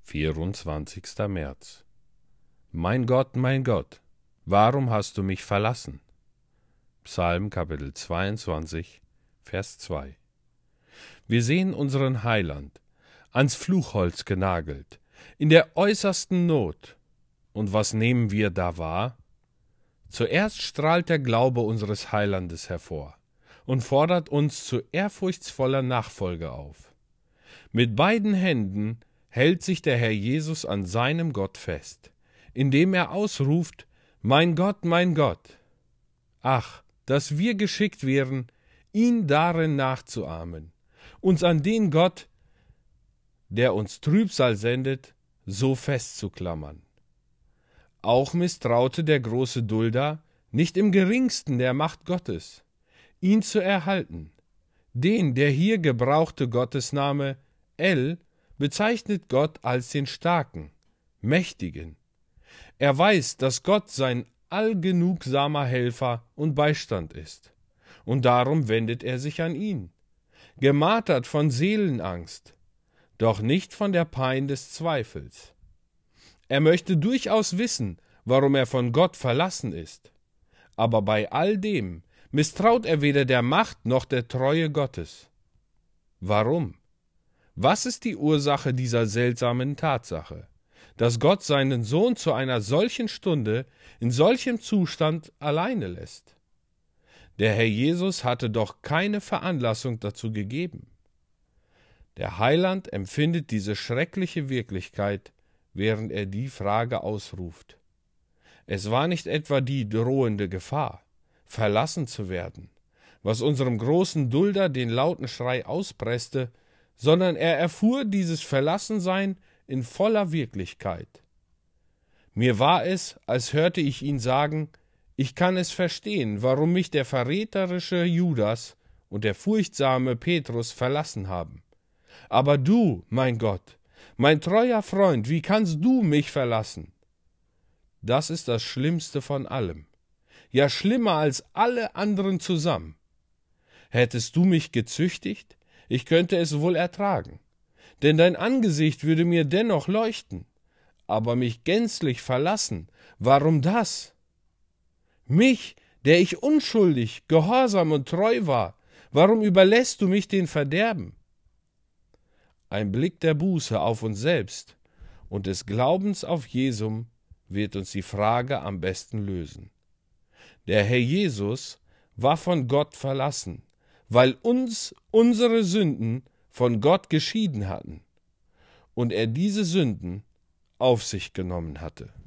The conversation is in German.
24. März. Mein Gott, warum hast du mich verlassen? Psalm Kapitel 22, Vers 2. Wir sehen unseren Heiland, ans Fluchholz genagelt, in der äußersten Not. Und was nehmen wir da wahr? Zuerst strahlt der Glaube unseres Heilandes hervor und fordert uns zu ehrfurchtsvoller Nachfolge auf. Mit beiden Händen hält sich der Herr Jesus an seinem Gott fest, indem er ausruft: Mein Gott, mein Gott! Ach, dass wir geschickt wären, ihn darin nachzuahmen, uns an den Gott, der uns Trübsal sendet, so festzuklammern. Auch misstraute der große Dulder nicht im geringsten der Macht Gottes, ihn zu erhalten. Den, der hier gebrauchte Gottesname El, bezeichnet Gott als den Starken, Mächtigen. Er weiß, dass Gott sein allgenugsamer Helfer und Beistand ist, und darum wendet er sich an ihn, gemartert von Seelenangst, doch nicht von der Pein des Zweifels. Er möchte durchaus wissen, warum er von Gott verlassen ist, aber bei all dem misstraut er weder der Macht noch der Treue Gottes. Warum? Was ist die Ursache dieser seltsamen Tatsache, dass Gott seinen Sohn zu einer solchen Stunde in solchem Zustand alleine lässt? Der Herr Jesus hatte doch keine Veranlassung dazu gegeben. Der Heiland empfindet diese schreckliche Wirklichkeit, während er die Frage ausruft. Es war nicht etwa die drohende Gefahr, verlassen zu werden, was unserem großen Dulder den lauten Schrei auspresste, sondern er erfuhr dieses Verlassensein in voller Wirklichkeit. Mir war es, als hörte ich ihn sagen: Ich kann es verstehen, warum mich der verräterische Judas und der furchtsame Petrus verlassen haben. Aber du, mein Gott, mein treuer Freund, wie kannst du mich verlassen? Das ist das Schlimmste von allem, ja schlimmer als alle anderen zusammen. Hättest du mich gezüchtigt, ich könnte es wohl ertragen, denn dein Angesicht würde mir dennoch leuchten, aber mich gänzlich verlassen, warum das? Mich, der ich unschuldig, gehorsam und treu war, warum überlässt du mich den Verderben? Ein Blick der Buße auf uns selbst und des Glaubens auf Jesum wird uns die Frage am besten lösen. Der Herr Jesus war von Gott verlassen, weil uns unsere Sünden von Gott geschieden hatten und er diese Sünden auf sich genommen hatte.